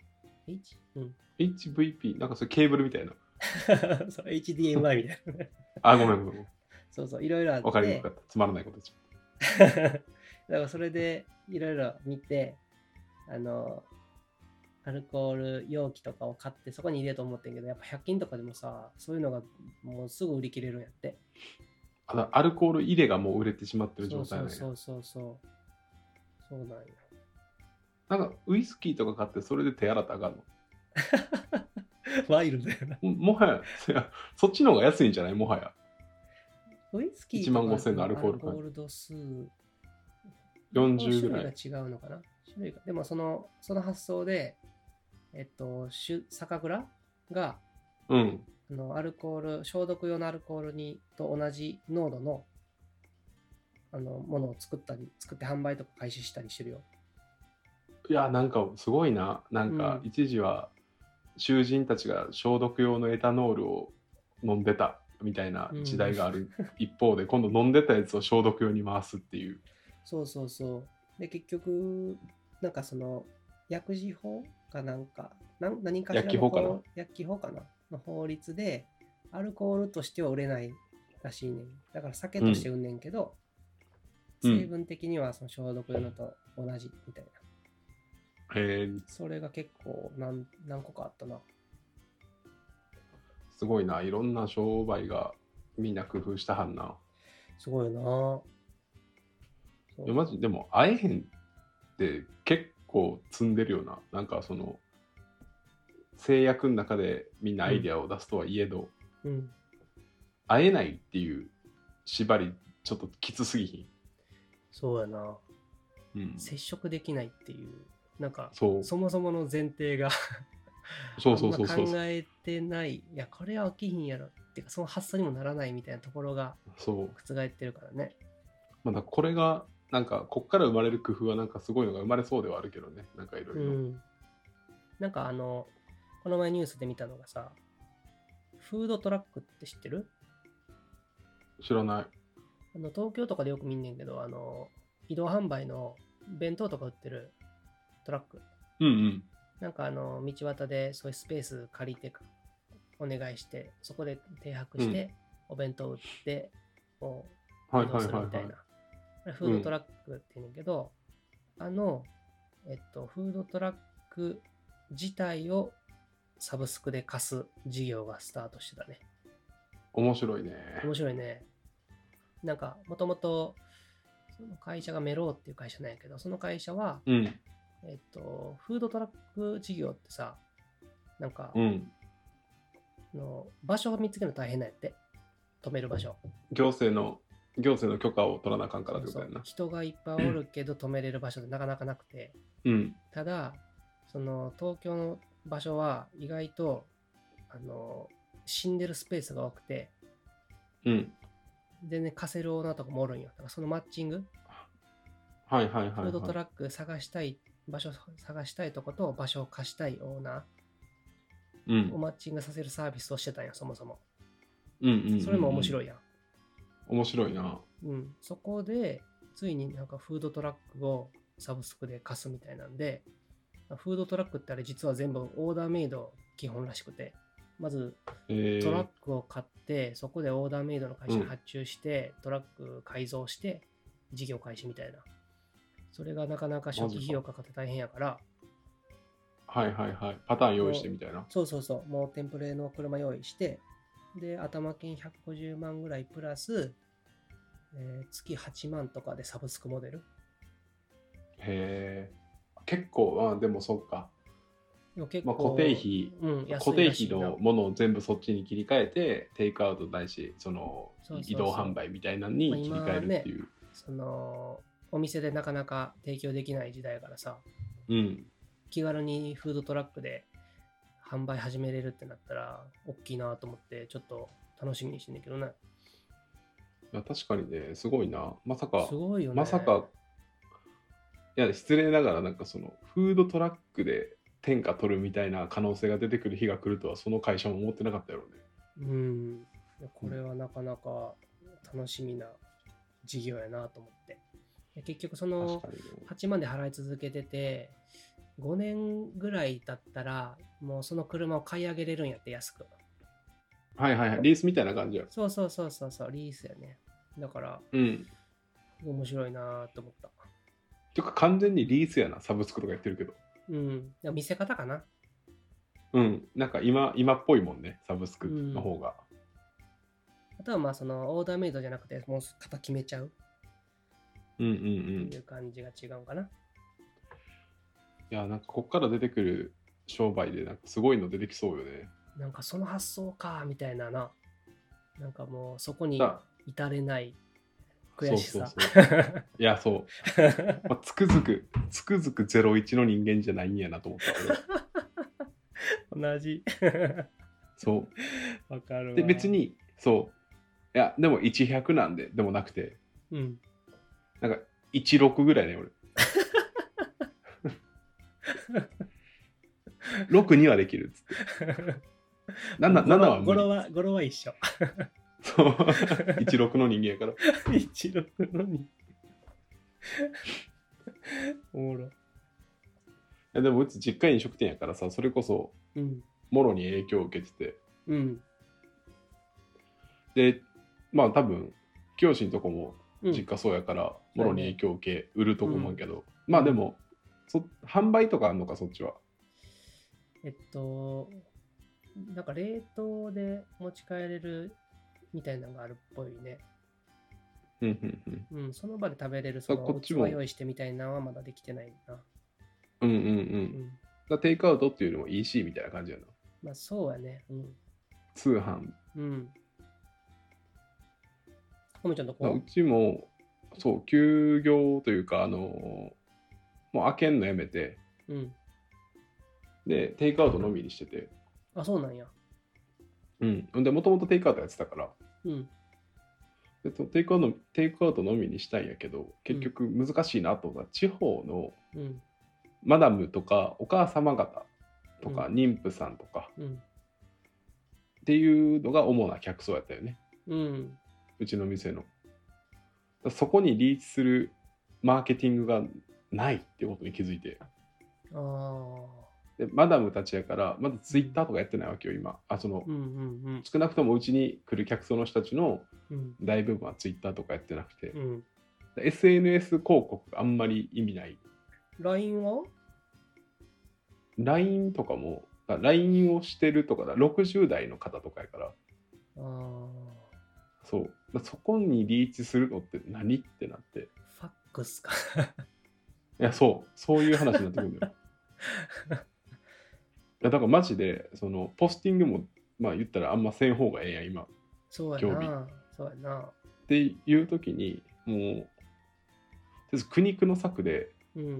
HVP、なんかそれケーブルみたいな。 そう、HDMI みたいな。 あ、ごめんごめん。 そうそう、いろいろあって。 わかりにくかった。つまらないことちだからそれでいろいろ見て、アルコール容器とかを買ってそこに入れようと思ってんけど、やっぱ100均とかでもさ、そういうのがもうすぐ売り切れるんやって。 アルコール入れがもう売れてしまってる状態なんや。 そう。そうなんや。 なんかウイスキーとか買ってそれで手洗ったらあかんの？ ワイルドやな。 もはや、そっちの方が安いんじゃない？もはや。 ウイスキーとか 15000のアルコール度数 40ぐらい。 種類が違うのかな？種類が。でもその発想で、酒蔵が、アルコール、消毒用のアルコールと同じ濃度のものを作って販売とか開始したりしてるよ。 いや、なんかすごいな。なんか一時は囚人たちが消毒用のエタノールを飲んでたみたいな時代がある一方で、今度飲んでたやつを消毒用に回すっていう。 そう。で、結局、なんかその、薬事法かなんか、何かしらの薬機法かなの法律で、アルコールとしては売れないらしいねん。だから酒として売んねんけど、成分的にはその消毒用のと同じみたいな。それが結構何個かあったな。 すごいな。いろんな商売がみんな工夫したはんな。 すごいな。 マジでも会えへんって結構積んでるよな。なんかその制約の中でみんなアイデアを出すとはいえど、会えないっていう縛りちょっときつすぎひん？ そうやな。接触できないっていう。なんかそもそもの前提がそう考えてない。いや、これは起きひんやろっていうか、その発想にもならないみたいなところが覆ってるからね。 まだこれがなんかこっから生まれる工夫はなんかすごいのが生まれそうではあるけどね。なんかいろいろ。 なんかこの前ニュースで見たのがさ、フードトラックって知ってる？ 知らない。 東京とかでよく見んねんけど、移動販売の弁当とか売ってるトラック。なんか道端でそういうスペース借りてお願いして、そこで停泊してお弁当売って移動するみたいな。フードトラックって言うんだけど、フードトラック自体をサブスクで貸す事業がスタートしてたね。 面白いね。 なんかもともとその会社がメローっていう会社なんやけど、その会社は、フードトラック事業ってさ、なんか、場所を見つけるの大変なんやって。止める場所。 行政の許可を取らなあかんからってことやな。 人がいっぱいおるけど止めれる場所ってなかなかなくて、ただその東京の場所は意外と死んでるスペースが多くて、全然貸せるオーナーとかもおるんよ。だからそのマッチング、フードトラック探したい場所探したいとこと場所を貸したいオーナーをマッチングさせるサービスをしてたんや、そもそも。それも面白いやん。 面白いな。 そこでついになんかフードトラックをサブスクで貸すみたいなんで、フードトラックってあれ実は全部オーダーメイド基本らしくて、まずトラックを買ってそこでオーダーメイドの会社に発注して、トラック改造して事業開始みたいな。それがなかなか初期費用かかって大変やから、 パターン用意してみたいな。 そうもうテンプレの車用意して、で頭金150万ぐらいプラス、月8万とかでサブスクモデル。 へえ、結構、でもそっか。 結構固定費のものを全部そっちに切り替えて、テイクアウトないし、その移動販売みたいなのに切り替えるっていう。 そのお店でなかなか提供できない時代からさ、気軽にフードトラックで販売始めれるってなったら大きいなと思ってちょっと楽しみにしてんだけどね。 いや確かにね、すごいな。まさかすごいよね。 まさか、いや失礼ながらなんかそのフードトラックで天下取るみたいな可能性が出てくる日が来るとはその会社も思ってなかったよね。 うん。これはなかなか楽しみな事業やなと思って。結局その8万で払い続けてて、5年ぐらい経ったら、もうその車を買い上げれるんやって、安く。 はいはいはい。リースみたいな感じや。 そうそうそうそうそう、リースやね。だから、 うん。 面白いなと思った。 てか完全にリースやな、サブスクとか言ってるけど。 うん。見せ方かな。 うん。なんか今っぽいもんね、サブスクの方が。 あとはまあそのオーダーメイドじゃなくて、もう型決めちゃう。 うんうんうん。 っていう感じが違うかな。 いや、なんかこっから出てくる商売で、なんかすごいの出てきそうよね。 なんかその発想か、みたいなな。なんかもうそこに至れない悔しさ。 そうそうそう。いや、そう。まあ、つくづく01の人間じゃないんやなと思った俺。同じ。 そう。 わかるわ。 で、別に、そう。いや、でも100なんで、でもなくて。 うん。 なんか、16ぐらいね、俺。6にはできるっつって。7は無理。 語呂は一緒。 そう。16の人間やから。 16の人間。おもろ。いやでもうち実家飲食店やからさ、それこそ、もろに影響を受けてて。 うん。 で、まあ多分、教師のとこも実家そうやから、もろに影響を受け、売るとこ思うけど、まあでも、販売とかあんのか、そっちは。 なんか冷凍で持ち帰れるみたいなのがあるっぽいね。その場で食べれる、その器用意してみたいなのはまだできてないな。 テイクアウトっていうよりも EC みたいな感じやな。 まあそうやね。 通販。 コミちゃんとこうちも、そう、休業というか、もう開けんのやめて、で、テイクアウトのみにしてて。 あ、そうなんや。 で、もともとテイクアウトやってたから、でテイクアウトのみにしたんやけど、結局難しいなと思った。地方のマダムとかお母様方とか妊婦さんとかっていうのが主な客層やったよね。うちの店の。そこにリーチするマーケティングがないってことに気づいて。でマダムたちやからまだツイッターとかやってないわけよ今。少なくともうちに来る客層の人たちの大部分はツイッターとかやってなくて、SNS 広告あんまり意味ない。 LINE は ?LINE とかも LINE をしてるとかだ、60代の方とかやから、そうそこにリーチするのって何ってなって、 ファックスかいやそういう話になってくるんだよだからマジでそのポスティングもまあ言ったらあんません方がええやん今。 そうやな。そうやな。 っていう時にもうとりあえず苦肉の策で、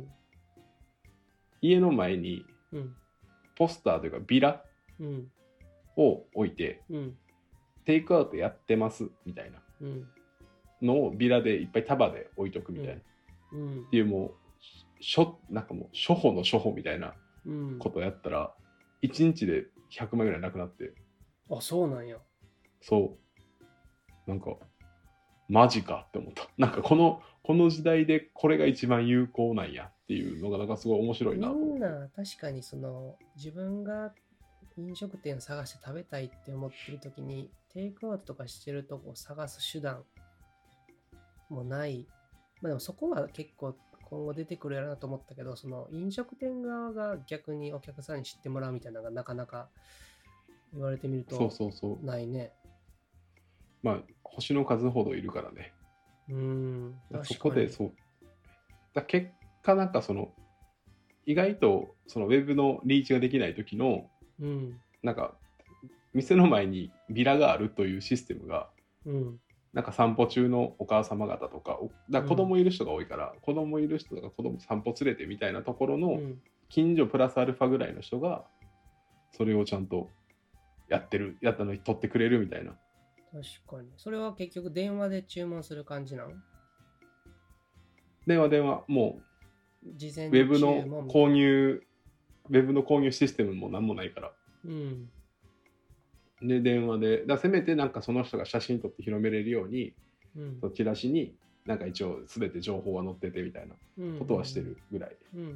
家の前にポスターというかビラを置いて、テイクアウトやってますみたいなのをビラでいっぱい束で置いとくみたいな、っていうもうなんかもう初歩の初歩みたいなことやったら、1日で100万ぐらいなくなって。 あ、そうなんや。 そうなんかマジかって思った。なんかこの時代でこれが一番有効なんやっていうのがなんかすごい面白いなと思って。 みんな確かにその自分が飲食店を探して食べたいって思ってる時にテイクアウトとかしてるとこを探す手段もない。まあでもそこは結構今後出てくるやろなと思ったけど、その飲食店側が逆にお客さんに知ってもらうみたいなのがなかなか言われてみるとないね。 まあ星の数ほどいるからね。そこで結果なんかその意外とそのウェブのリーチができない時の、なんか店の前にビラがあるというシステムが、なんか散歩中のお母様方とか、だから子供いる人が多いから、子供いる人とか子供散歩連れてみたいなところの近所プラスアルファぐらいの人がそれをちゃんとやったのに取ってくれるみたいな。 確かに。それは結局電話で注文する感じなの？ 電話もう事前ウェブの購入システムも何もないから、 で電話でせめてなんかその人が写真撮って広めれるように、チラシになんか一応全て情報は載っててみたいなことはしてるぐらい。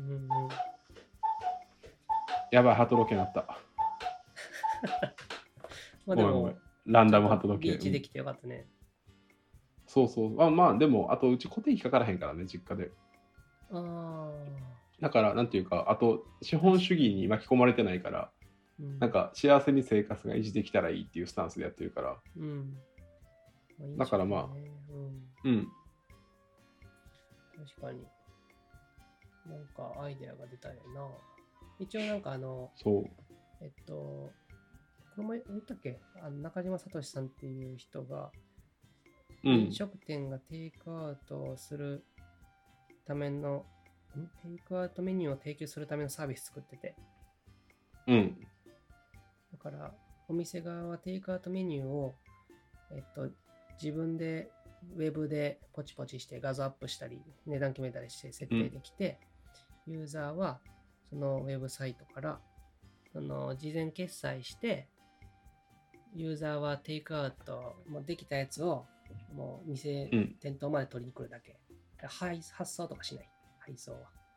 やばい、鳩時計鳴った。 まあでもランダム鳩時計。 リーチできてよかったね。 そうそう。まあでもあとうち固定費かからへんからね、実家で。だからなんていうか、あと資本主義に巻き込まれてないから、なんか幸せに生活が維持できたらいいっていうスタンスでやってるから。だからまあ、 確かに。なんかアイデアが出たよな。一応なんかそう。 この前言ったっけ、中島聡さんっていう人が、飲食店がテイクアウトをするための、テイクアウトメニューを提供するためのサービス作ってて。だからお店側はテイクアウトメニューを、自分でウェブでポチポチして画像アップしたり値段決めたりして設定できて、ユーザーはそのウェブサイトから事前決済してユーザーはテイクアウトもできたやつをもう店、店頭まで取りに来るだけ。発送とかしない。配送は。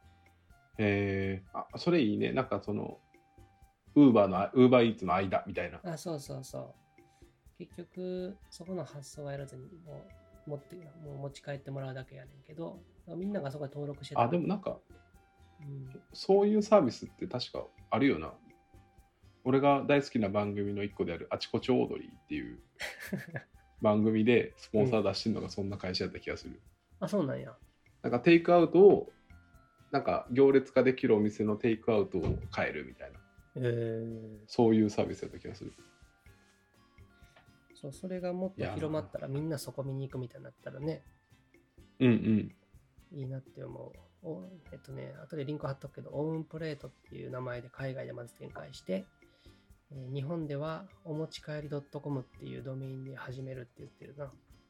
それいいね。なんかそのウーバーイーツの間みたいな。 そうそうそう。結局そこの発送はやらずにもう持ち帰ってもらうだけやねんけど、みんながそこで登録してた。 でもなんか、そういうサービスって確かあるよな。俺が大好きな番組の一個であるあちこちオードリーっていう番組でスポンサー出してるのがそんな会社やった気がする。 そうなんや。 なんかテイクアウトをなんか行列化できるお店のテイクアウトを買えるみたいな。そういうサービスやった気がする。 それがもっと広まったらみんなそこ見に行くみたいになったらね。 いいなって思う。後でリンク貼っとくけど、オウンプレートっていう名前で海外でまず展開して、日本ではお持ち帰り .com っていうドメインで始めるって言ってるな。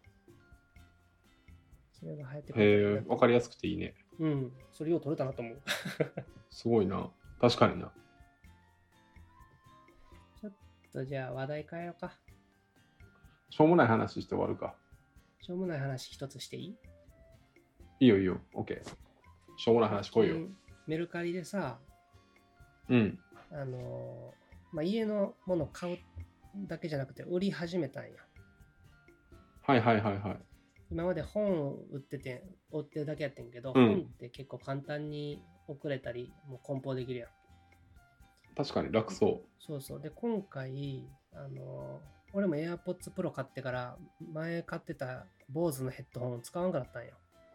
それが流行ってくる。 わかりやすくていいね。 それよう取れたなと思う。 すごいな。確かにな。 ちょっとじゃあ話題変えようか。 しょうもない話して終わるか。 しょうもない話一つしていい？ いいよいいよ。OK。しょうもない話来いよ。 メルカリでさ、家のもの買うだけじゃなくて売り始めたんや。今まで本を売ってるだけやってんけど、本って結構簡単に送れたり、もう梱包できるやん。 確かに楽そう。 そうそう。で、今回、俺も AirPods Pro 買ってから、前買ってた BOSE のヘッドホンを使わんかったんよ。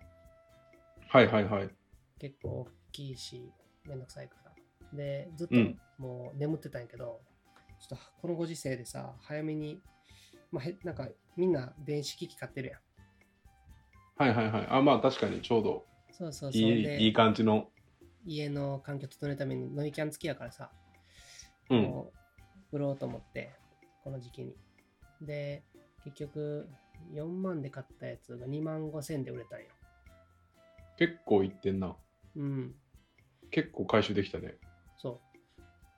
結構大きいし、めんどくさいから。で、ずっともう眠ってたんやけど、ちょっとこのご時世でさ、早めに、なんかみんな電子機器買ってるやん。 まあ確かにちょうどいい感じの。 家の環境整えるためにノイキャン付きやからさ、もう売ろうと思って、この時期に。で、結局4万で買ったやつが2万5千で売れたんよ。 結構いってんな。結構回収できたね。 そう。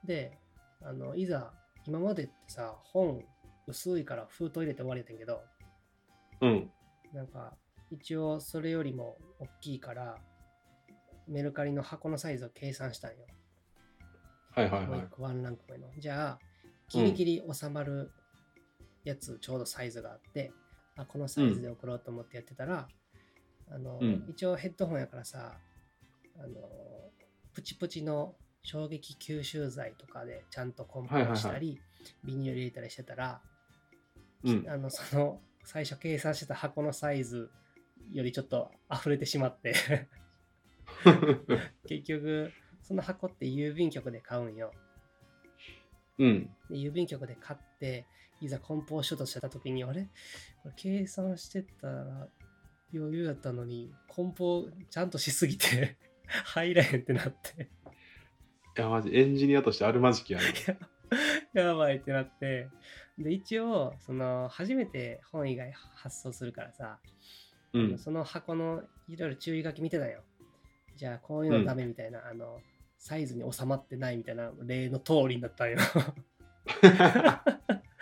で、いざ、今までってさ、本薄いから封筒入れて終わりやったんけど、なんか、一応それよりも大きいから、メルカリの箱のサイズを計算したんよ。もう一個ワンランク上の。じゃあ、ギリギリ収まるやつ、ちょうどサイズがあって、このサイズで送ろうと思ってやってたら、一応ヘッドホンやからさ、プチプチの衝撃吸収剤とかでちゃんと梱包したり、ビニール入れたりしてたら、その最初計算してた箱のサイズよりちょっと溢れてしまって結局その箱って郵便局で買うんよ。で郵便局で買っていざ梱包しようとした時に、これ計算してたら余裕やったのに梱包ちゃんとしすぎて入らへんってなって、 いやマジエンジニアとしてあるまじきやなやばいってなって、で一応その初めて本以外発送するからさ、その箱のいろいろ注意書き見てたよ。じゃあこういうのダメみたいな、サイズに収まってないみたいな例の通りになったんよ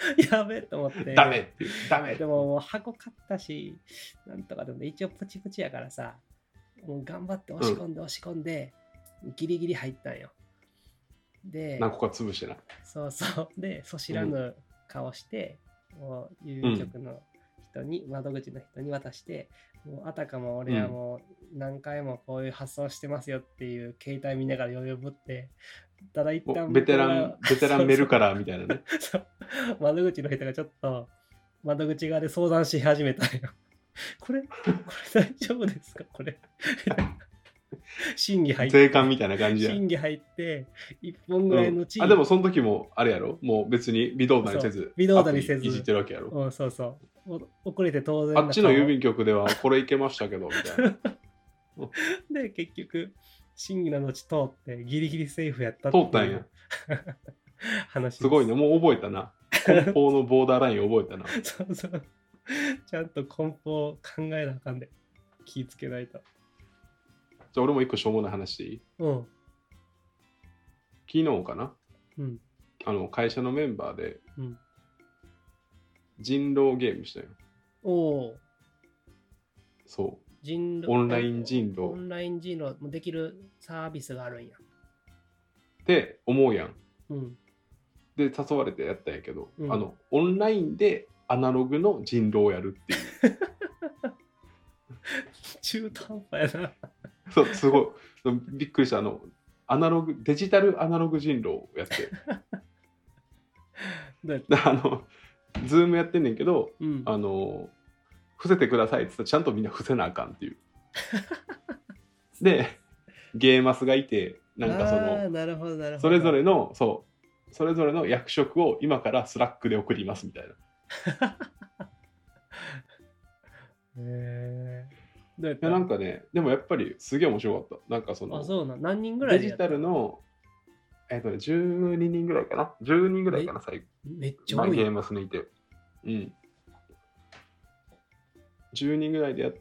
やべえと思って。 ダメっていう。ダメ。 でももう箱買ったし、なんとかでも、ね、一応プチプチやからさ、もう頑張って押し込んで押し込んで、ギリギリ入ったんよ。で、 何個か潰してな。 そうそう。で、そ知らぬ顔して、もう郵便局の人に、窓口の人に渡して、もうあたかも俺はもう何回もこういう発送してますよっていう携帯見ながら余裕ぶって、ただ一旦ベテランメルカラーみたいなね。 そう窓口の人がちょっと窓口側で相談し始めたんよ。これ大丈夫ですかこれ。審議入って。 税関みたいな感じや。 審議入って、1本ぐらいのでもその時もあれやろもう別に微動だにせず。 微動だにせず。 いじってるわけやろ。 そうそう。遅れて当然。 あっちの郵便局ではこれいけましたけど、みたいな。 で、結局、審議の後通ってギリギリセーフやったっていう。通ったんや。 話すごいね。もう覚えたな。梱包のボーダーライン覚えたな。 そうそう。ちゃんと梱包考えなあかんで。気ぃつけないと。 じゃあ俺も一個しょうもない話でいい？ うん。 昨日かな？ うん。 会社のメンバーで、 うん、 人狼ゲームしたよ。 おお。 そう。オンライン人狼。 オンライン人狼もできるサービスがあるんや。 って思うやん。 うん。 で、誘われてやったんやけど、 うん、 オンラインでアナログの人狼をやるっていう。 中途半端やな。 そう、すごい。びっくりした。デジタルアナログ人狼をやって。ズームやってんねんけど、 うん、 伏せてくださいって言ったらちゃんとみんな伏せなあかんっていう。で、ゲーマスがいて、なんかなるほどそれぞれの役職を今からスラックで送りますみたいな。いやなんかね、でもやっぱりすげえ面白かった。なんかそうな、何人ぐらいデジタルの、12人ぐらいかな。10人ぐらいかな、最後。 めっちゃ多い。 ゲーマス抜いて。うん。10人ぐらいでやって、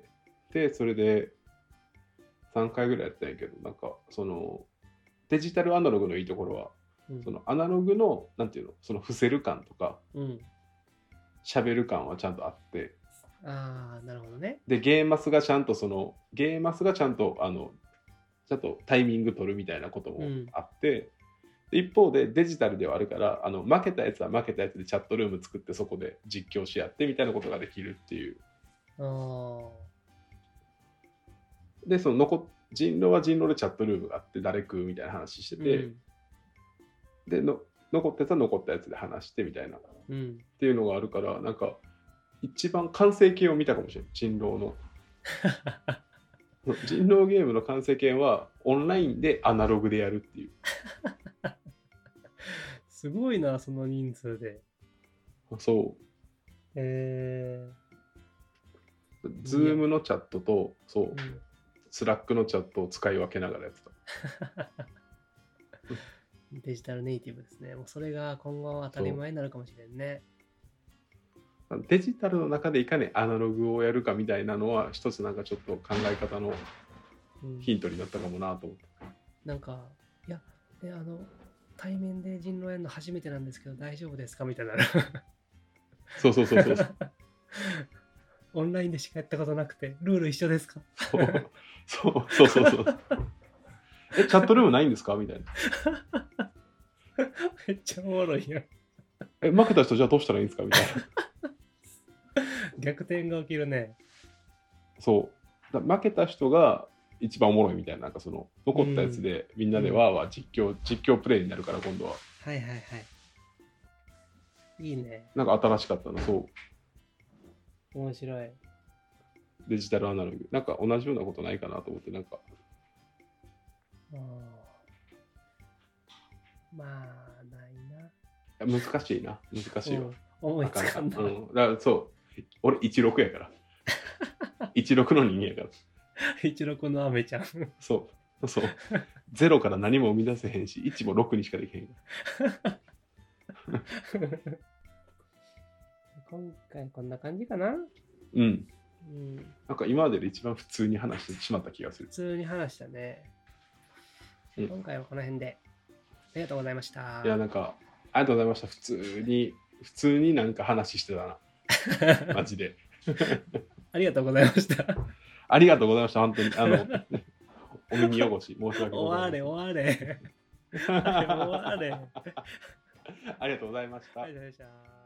で、それで3回ぐらいやったんやけど、なんか、デジタルアナログのいいところは、アナログの、なんていうの、伏せる感とか、喋る感はちゃんとあって、 ああ、なるほどね。 で、ゲーマスがちゃんとちゃんとタイミング取るみたいなこともあって、一方でデジタルではあるから負けたやつは負けたやつでチャットルーム作ってそこで実況し合ってみたいなことができるっていう。で人狼は人狼でチャットルームがあって誰食うみたいな話してて、で残ったやつは残ったやつで話してみたいな、っていうのがあるからなんか一番完成形を見たかもしれない。人狼の人狼ゲームの完成形はオンラインでアナログでやるっていうすごいな、その人数で。 そう。ズームのチャットとスラックのチャットを使い分けながらやってた。 デジタルネイティブですね。もうそれが今後当たり前になるかもしれんね。 デジタルの中でいかにアナログをやるかみたいなのは一つなんかちょっと考え方のヒントになったかもなと思って。 なんかいやで対面で人狼やるの初めてなんですけど大丈夫ですかみたいな。 そうオンラインでしかやったことなくてルール一緒ですか？ そうチャットルームないんですかみたいな。 めっちゃおもろいやん。 負けた人じゃあどうしたらいいんですかみたいな。 逆転が起きるね。 そう負けた人が一番おもろいみたいな、なんか残ったやつでみんなでわーわー実況プレイになるから今度は。 はいいいね。 なんか新しかったな。そう面白い。 デジタルアナログなんか同じようなことないかなと思ってなんかまあないな。難しいわ。 思いつかんな。 だからそう俺16やから16の人間やから 16のアメちゃん。 そう0から何も生み出せへんし1も6にしかできへん。 今回こんな感じかな。 なんか今までで一番普通に話してしまった気がする。 普通に話したね。今回はこの辺でありがとうございました。 いやなんかありがとうございました。普通に普通になんか話してたな。マジで。 ありがとうございました。 ありがとうございました。本当にお耳汚し申し訳ございません。 終われ。終われ。 ありがとうございました。 ありがとうございました。